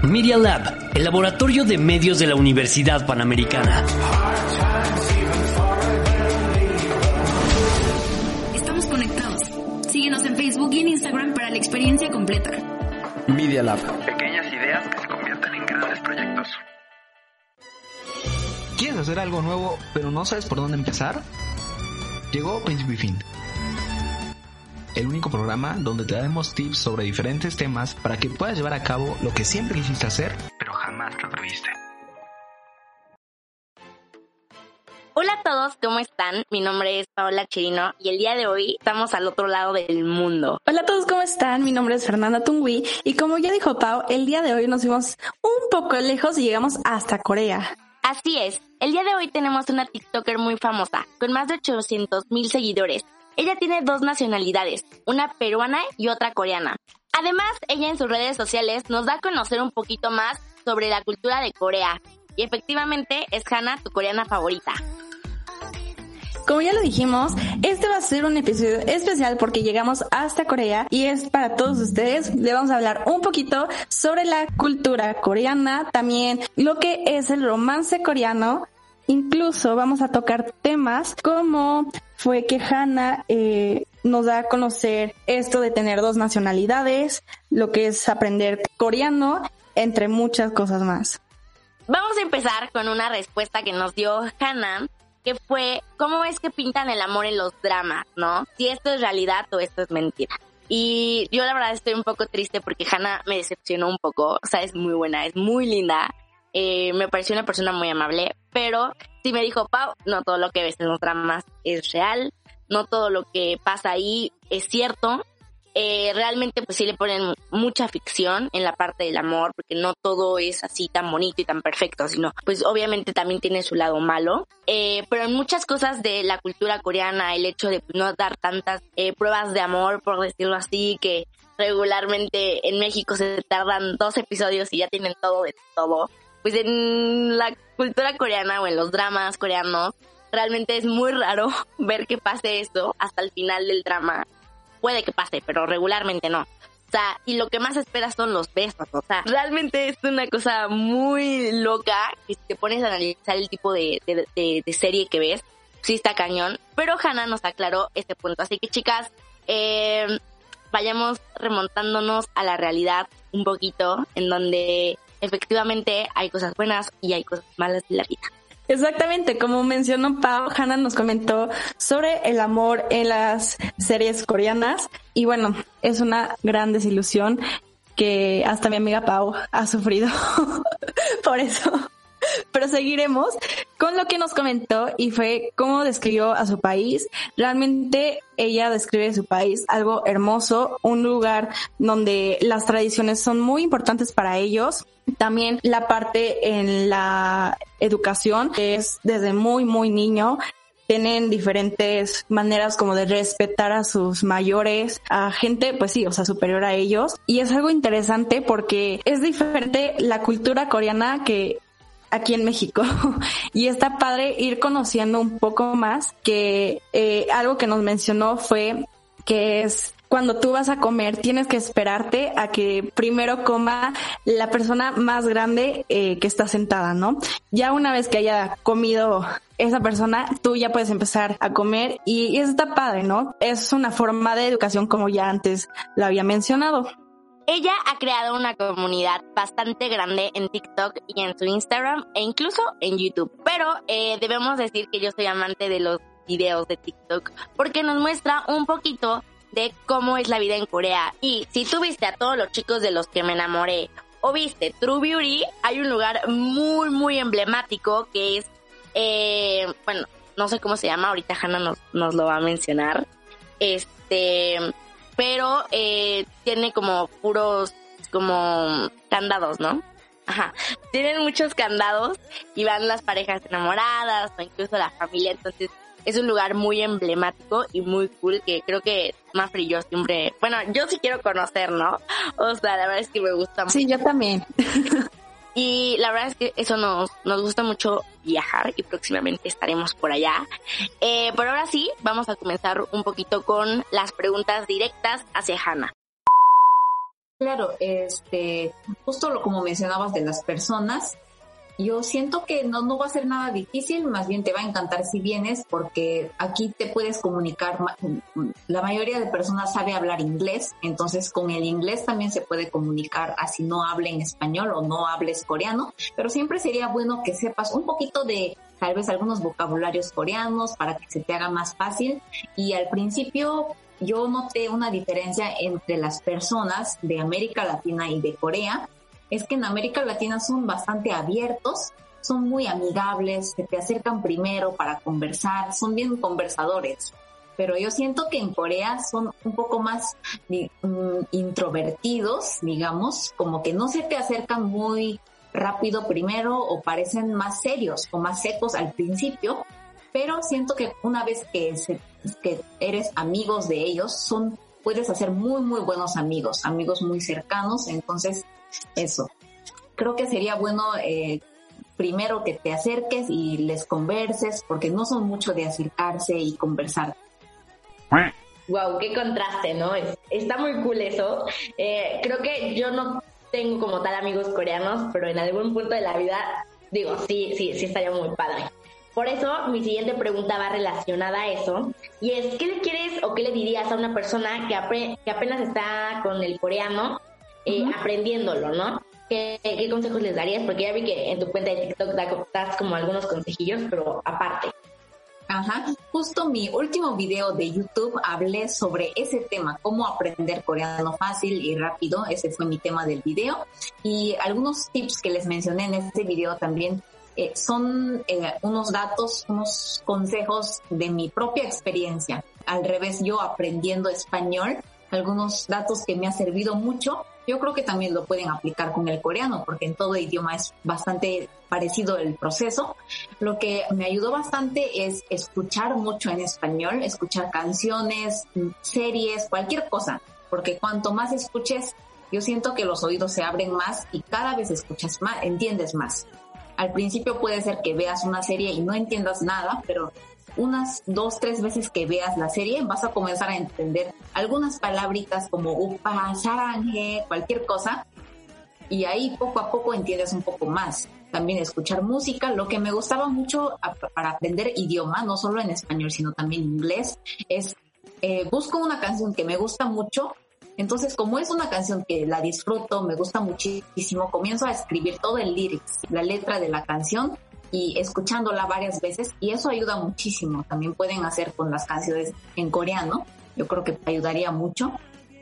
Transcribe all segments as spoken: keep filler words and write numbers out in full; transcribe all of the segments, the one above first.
Media Lab, el laboratorio de medios de la Universidad Panamericana. Estamos conectados. Síguenos en Facebook y en Instagram para la experiencia completa. Media Lab. Pequeñas ideas que se convierten en grandes proyectos. ¿Quieres hacer algo nuevo, pero no sabes por dónde empezar? Llegó Principio y Fin, el único programa donde te daremos tips sobre diferentes temas para que puedas llevar a cabo lo que siempre quisiste hacer, pero jamás te atreviste. Hola a todos, ¿cómo están? Mi nombre es Paola Chirino y el día de hoy estamos al otro lado del mundo. Hola a todos, ¿cómo están? Mi nombre es Fernanda Tungui y como ya dijo Pau, el día de hoy nos fuimos un poco lejos y llegamos hasta Corea. Así es, el día de hoy tenemos una TikToker muy famosa, con más de ochocientos mil seguidores. Ella tiene dos nacionalidades, una peruana y otra coreana. Además, ella en sus redes sociales nos da a conocer un poquito más sobre la cultura de Corea. Y efectivamente es Hana, tu coreana favorita. Como ya lo dijimos, este va a ser un episodio especial porque llegamos hasta Corea y es para todos ustedes. Le vamos a hablar un poquito sobre la cultura coreana, también lo que es el romance coreano. Incluso vamos a tocar temas como fue que Hana eh, nos da a conocer esto de tener dos nacionalidades, lo que es aprender coreano, entre muchas cosas más. Vamos a empezar con una respuesta que nos dio Hana, que fue cómo es que pintan el amor en los dramas, ¿no? Si esto es realidad o esto es mentira. Y yo la verdad estoy un poco triste porque Hana me decepcionó un poco, o sea, es muy buena, es muy linda. Eh, me pareció una persona muy amable, pero sí me dijo, Pau, no todo lo que ves en los dramas es real, no todo lo que pasa ahí es cierto. Eh, realmente pues sí le ponen mucha ficción en la parte del amor, porque no todo es así tan bonito y tan perfecto, sino pues obviamente también tiene su lado malo. Eh, pero en muchas cosas de la cultura coreana, el hecho de no dar tantas eh, pruebas de amor, por decirlo así, que regularmente en México se tardan dos episodios y ya tienen todo de todo. Pues en la cultura coreana o en los dramas coreanos realmente es muy raro ver que pase eso hasta el final del drama. Puede que pase, pero regularmente no. O sea, y lo que más esperas son los besos. O sea, realmente es una cosa muy loca que si te pones a analizar el tipo de, de, de, de serie que ves, sí está cañón. Pero Hana nos aclaró este punto. Así que chicas, eh, vayamos remontándonos a la realidad un poquito, en donde efectivamente hay cosas buenas y hay cosas malas de la vida. Exactamente, como mencionó Pau, Hana nos comentó sobre el amor en las series coreanas y bueno, es una gran desilusión que hasta mi amiga Pau ha sufrido por eso. Pero seguiremos con lo que nos comentó y fue cómo describió a su país. Realmente ella describe su país algo hermoso, un lugar donde las tradiciones son muy importantes para ellos. También la parte en la educación es desde muy, muy niño. Tienen diferentes maneras como de respetar a sus mayores, a gente, pues sí, o sea, superior a ellos. Y es algo interesante porque es diferente la cultura coreana que aquí en México. Y está padre ir conociendo un poco más que eh, algo que nos mencionó fue que es cuando tú vas a comer, tienes que esperarte a que primero coma la persona más grande eh, que está sentada, ¿no? Ya una vez que haya comido esa persona, tú ya puedes empezar a comer y, y eso está padre, ¿no? Es una forma de educación como ya antes lo había mencionado. Ella ha creado una comunidad bastante grande en TikTok y en su Instagram e incluso en YouTube. Pero eh, debemos decir que yo soy amante de los videos de TikTok porque nos muestra un poquito de cómo es la vida en Corea. Y si tú viste a todos los chicos de los que me enamoré o viste True Beauty, hay un lugar muy muy emblemático que es, eh, bueno, no sé cómo se llama, ahorita Hana nos, nos lo va a mencionar, este, pero eh, tiene como puros, como candados, ¿no? Ajá, tienen muchos candados y van las parejas enamoradas o incluso la familia, entonces es un lugar muy emblemático y muy cool que creo que Mafre y yo siempre, bueno, yo sí quiero conocer, ¿no? O sea, la verdad es que me gusta mucho. Sí, yo también. Y la verdad es que eso nos, nos gusta mucho viajar y próximamente estaremos por allá. Eh, pero ahora sí, vamos a comenzar un poquito con las preguntas directas hacia Hana. Claro, este, justo lo como mencionabas de las personas, yo siento que no, no va a ser nada difícil, más bien te va a encantar si vienes, porque aquí te puedes comunicar, la mayoría de personas sabe hablar inglés, entonces con el inglés también se puede comunicar, así no hablen español o no hables coreano, pero siempre sería bueno que sepas un poquito de tal vez algunos vocabularios coreanos para que se te haga más fácil. Y al principio yo noté una diferencia entre las personas de América Latina y de Corea. Es que en América Latina son bastante abiertos, son muy amigables, se te acercan primero para conversar, son bien conversadores. Pero yo siento que en Corea son un poco más um, introvertidos, digamos, como que no se te acercan muy rápido primero o parecen más serios o más secos al principio, pero siento que una vez que, se, que eres amigos de ellos, son puedes hacer muy, muy buenos amigos, amigos muy cercanos, entonces eso. Creo que sería bueno eh, primero que te acerques y les converses, porque no son mucho de acercarse y conversar. Wow, qué contraste, ¿no? Está muy cool eso. Eh, creo que yo no tengo como tal amigos coreanos, pero en algún punto de la vida, digo, sí, sí, sí estaría muy padre. Por eso, mi siguiente pregunta va relacionada a eso, y es, ¿qué le quieres o qué le dirías a una persona que, apre- que apenas está con el coreano, eh, uh-huh. aprendiéndolo, ¿no? ¿Qué, ¿Qué consejos les darías? Porque ya vi que en tu cuenta de TikTok das como algunos consejillos, pero aparte. Ajá, justo mi último video de YouTube hablé sobre ese tema, cómo aprender coreano fácil y rápido, ese fue mi tema del video, y algunos tips que les mencioné en este video también eh, son eh, unos datos, unos consejos de mi propia experiencia, al revés, yo aprendiendo español, algunos datos que me ha servido mucho. Yo creo que también lo pueden aplicar con el coreano, porque en todo idioma es bastante parecido el proceso. Lo que me ayudó bastante es escuchar mucho en español, escuchar canciones, series, cualquier cosa, porque cuanto más escuches, yo siento que los oídos se abren más y cada vez escuchas más, entiendes más. Al principio puede ser que veas una serie y no entiendas nada, pero unas dos, tres veces que veas la serie vas a comenzar a entender algunas palabritas como upa, saranje, cualquier cosa, y ahí poco a poco entiendes un poco más. También escuchar música, lo que me gustaba mucho a, para aprender idioma, no solo en español sino también inglés, es eh, busco una canción que me gusta mucho, entonces como es una canción que la disfruto, me gusta muchísimo, comienzo a escribir todo el lyrics, la letra de la canción, y escuchándola varias veces, y eso ayuda muchísimo. También pueden hacer con las canciones en coreano, yo creo que ayudaría mucho.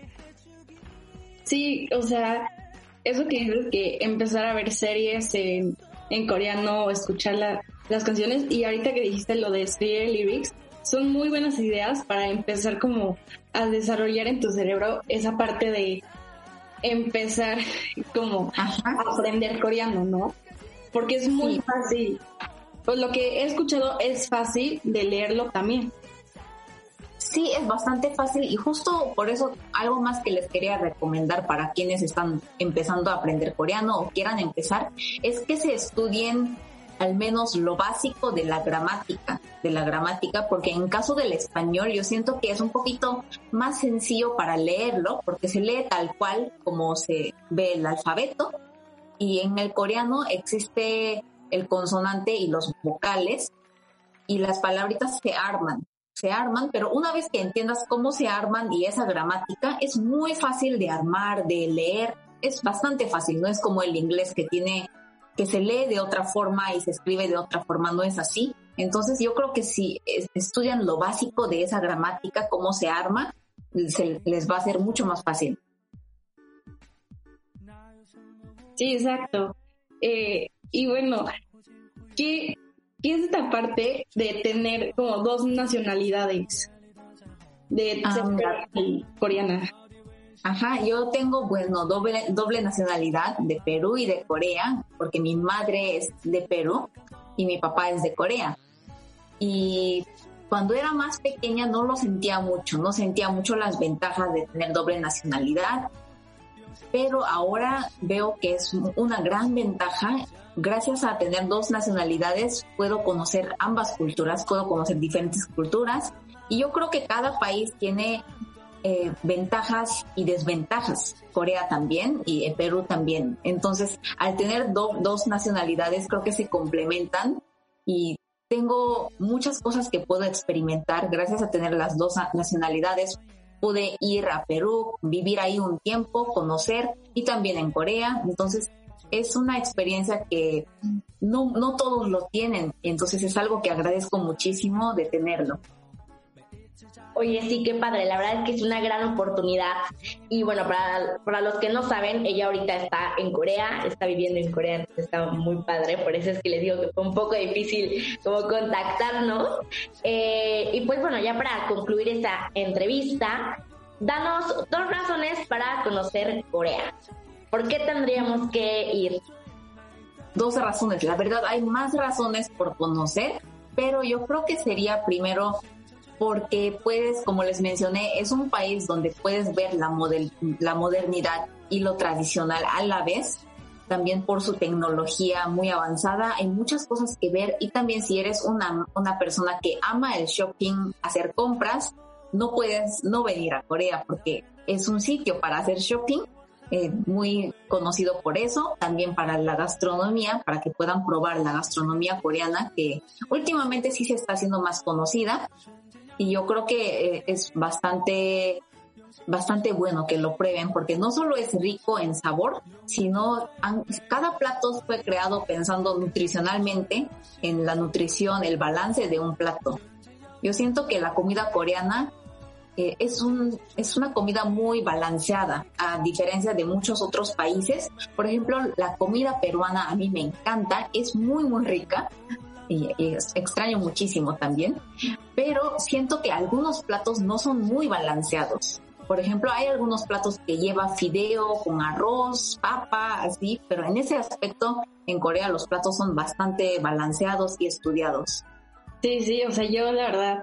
Sí, o sea, eso que dices, que empezar a ver series en, en coreano o escuchar la, las canciones, y ahorita que dijiste lo de escribir lyrics, son muy buenas ideas para empezar como a desarrollar en tu cerebro esa parte de empezar como Ajá. a aprender coreano, ¿no? Porque es muy sí. fácil. Pues lo que he escuchado es fácil de leerlo también. Sí, es bastante fácil, y justo por eso algo más que les quería recomendar para quienes están empezando a aprender coreano o quieran empezar, es que se estudien al menos lo básico de la gramática, de la gramática, porque en caso del español yo siento que es un poquito más sencillo para leerlo, porque se lee tal cual como se ve el alfabeto. Y en el coreano existe el consonante y los vocales, y las palabritas se arman, se arman, pero una vez que entiendas cómo se arman y esa gramática, es muy fácil de armar, de leer, es bastante fácil, no es como el inglés que tiene, que se lee de otra forma y se escribe de otra forma, no es así. Entonces yo creo que si estudian lo básico de esa gramática, cómo se arma, se les va a ser mucho más fácil. Sí, exacto. Eh, y bueno, ¿qué, ¿qué es esta parte de tener como dos nacionalidades? De ser um, coreana. Ajá, yo tengo, bueno, doble, doble nacionalidad de Perú y de Corea, porque mi madre es de Perú y mi papá es de Corea. Y cuando era más pequeña no lo sentía mucho, no sentía mucho las ventajas de tener doble nacionalidad, pero ahora veo que es una gran ventaja. Gracias a tener dos nacionalidades puedo conocer ambas culturas, puedo conocer diferentes culturas, y yo creo que cada país tiene eh, ventajas y desventajas. Corea también y eh, Perú también. Entonces, al tener do, dos nacionalidades, creo que se complementan y tengo muchas cosas que puedo experimentar gracias a tener las dos nacionalidades. Pude ir a Perú, vivir ahí un tiempo, conocer, y también en Corea. Entonces, es una experiencia que no, no todos lo tienen. Entonces, es algo que agradezco muchísimo de tenerlo. Oye, sí, qué padre, la verdad es que es una gran oportunidad. Y bueno, para, para los que no saben, ella ahorita está en Corea, está viviendo en Corea, entonces está muy padre, por eso es que les digo que fue un poco difícil como contactarnos. Eh, y pues bueno, ya para concluir esta entrevista, danos dos razones para conocer Corea. ¿Por qué tendríamos que ir? Dos razones, la verdad hay más razones por conocer, pero yo creo que sería primero porque puedes, como les mencioné, es un país donde puedes ver la, model, la modernidad y lo tradicional a la vez, también por su tecnología muy avanzada, hay muchas cosas que ver, y también si eres una, una persona que ama el shopping, hacer compras, no puedes no venir a Corea porque es un sitio para hacer shopping, eh, muy conocido por eso, también para la gastronomía, para que puedan probar la gastronomía coreana, que últimamente sí se está haciendo más conocida. Y yo creo que eh, es bastante, bastante bueno que lo prueben, porque no solo es rico en sabor, sino han, cada plato fue creado pensando nutricionalmente en la nutrición, el balance de un plato. Yo siento que la comida coreana eh, es un, es una comida muy balanceada, a diferencia de muchos otros países. Por ejemplo, la comida peruana a mí me encanta, es muy, muy rica. Y, y extraño muchísimo también, pero siento que algunos platos no son muy balanceados. Por ejemplo, hay algunos platos que lleva fideo con arroz, papa, así, pero en ese aspecto en Corea los platos son bastante balanceados y estudiados. Sí, sí, o sea, yo la verdad,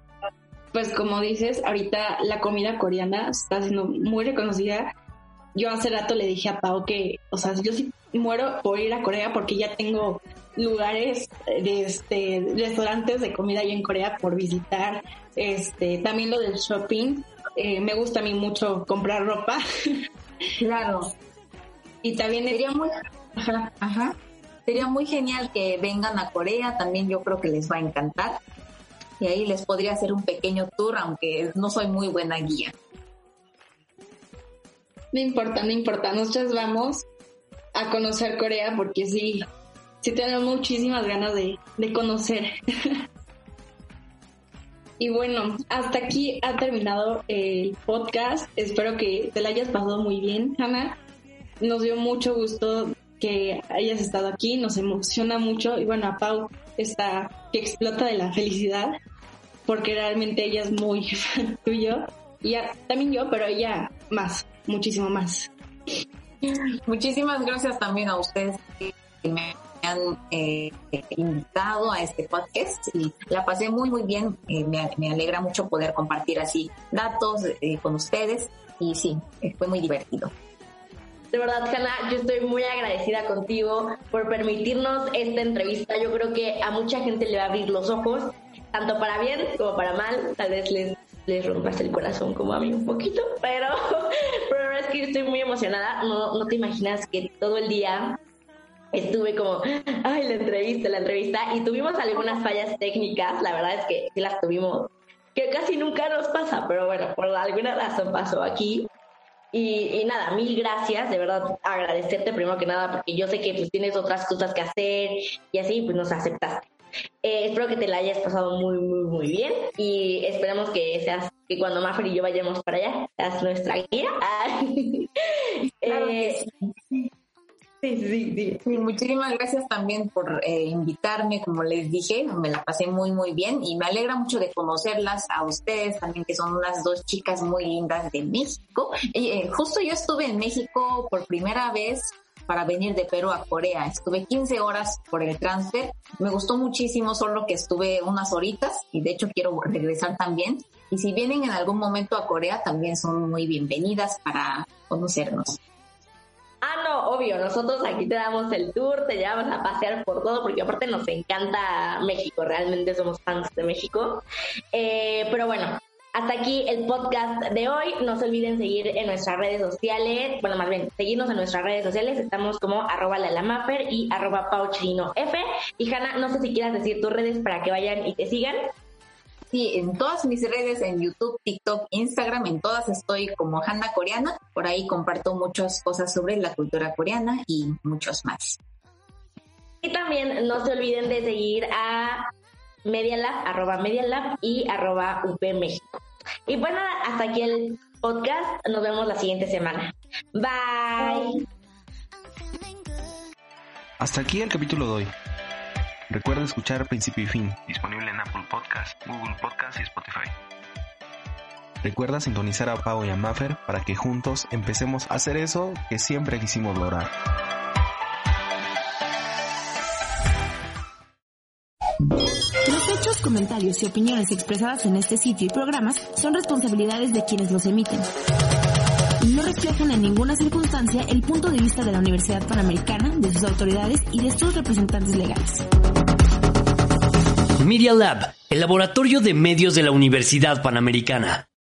pues como dices, ahorita la comida coreana está siendo muy reconocida. Yo hace rato le dije a Pau que, o sea, yo sí muero por ir a Corea porque ya tengo lugares de este restaurantes de comida allá en Corea por visitar. Este también lo del shopping, eh, me gusta a mí mucho comprar ropa. Claro. Y también sería muy ajá, ajá. Sería muy genial que vengan a Corea, también yo creo que les va a encantar. Y ahí les podría hacer un pequeño tour, aunque no soy muy buena guía. No importa, no importa, nosotros vamos a conocer Corea porque sí, sí tenemos muchísimas ganas de, de conocer. Y bueno, hasta aquí ha terminado el podcast. Espero que te la hayas pasado muy bien, Hannah. Nos dio mucho gusto que hayas estado aquí, nos emociona mucho. Y bueno, a Pau está que explota de la felicidad porque realmente ella es muy fan tuyo. Y ya, también yo, pero ella más, muchísimo más. Muchísimas gracias también a ustedes que me han eh, invitado a este podcast y la pasé muy muy bien. Eh, me, me alegra mucho poder compartir así datos eh, con ustedes y sí, eh, fue muy divertido. De verdad, Hannah, yo estoy muy agradecida contigo por permitirnos esta entrevista. Yo creo que a mucha gente le va a abrir los ojos, tanto para bien como para mal. Tal vez les les rompas el corazón como a mí un poquito, pero, pero la verdad es que yo estoy muy emocionada. No, no te imaginas que todo el día estuve como, ay, la entrevista, la entrevista, y tuvimos algunas fallas técnicas, la verdad es que sí las tuvimos, que casi nunca nos pasa, pero bueno, por alguna razón pasó aquí. Y, y nada, mil gracias, de verdad, agradecerte primero que nada, porque yo sé que pues tienes otras cosas que hacer y así, pues nos aceptaste. Eh, espero que te la hayas pasado muy, muy, muy bien y esperamos que seas, que cuando Maffer y yo vayamos para allá, seas nuestra guía. Claro eh, que sí. Sí, sí, sí. Sí, muchísimas gracias también por eh, invitarme, como les dije, me la pasé muy muy bien y me alegra mucho de conocerlas a ustedes también, que son unas dos chicas muy lindas de México. Y, eh, justo yo estuve en México por primera vez para venir de Perú a Corea, estuve quince horas por el transfer, me gustó muchísimo, solo que estuve unas horitas y de hecho quiero regresar también, y si vienen en algún momento a Corea también son muy bienvenidas para conocernos. Ah, no, obvio, nosotros aquí te damos el tour, te llevamos a pasear por todo, porque aparte nos encanta México, realmente somos fans de México. Eh, pero bueno, hasta aquí el podcast de hoy. No se olviden seguir en nuestras redes sociales. Bueno, más bien, seguirnos en nuestras redes sociales. Estamos como arroba lalamafer y arroba pauchirinof. Y Hanna, no sé si quieras decir tus redes para que vayan y te sigan. Sí, en todas mis redes, en YouTube, TikTok, Instagram, en todas estoy como Hanna Coreana. Por ahí comparto muchas cosas sobre la cultura coreana y muchos más. Y también no se olviden de seguir a Medialab, arroba Medialab y arroba U P México. Y pues nada, hasta aquí el podcast. Nos vemos la siguiente semana. Bye. Hasta aquí el capítulo de hoy. Recuerda escuchar Principio y Fin, Disponible en Apple Podcast, Google Podcast y Spotify. Recuerda sintonizar a Pau y a Maffer para que juntos empecemos a hacer eso que siempre quisimos lograr. Los hechos, comentarios y opiniones expresadas en este sitio y programas son responsabilidades de quienes los emiten. No reflejan en ninguna circunstancia el punto de vista de la Universidad Panamericana, de sus autoridades y de sus representantes legales. Media Lab, el laboratorio de medios de la Universidad Panamericana.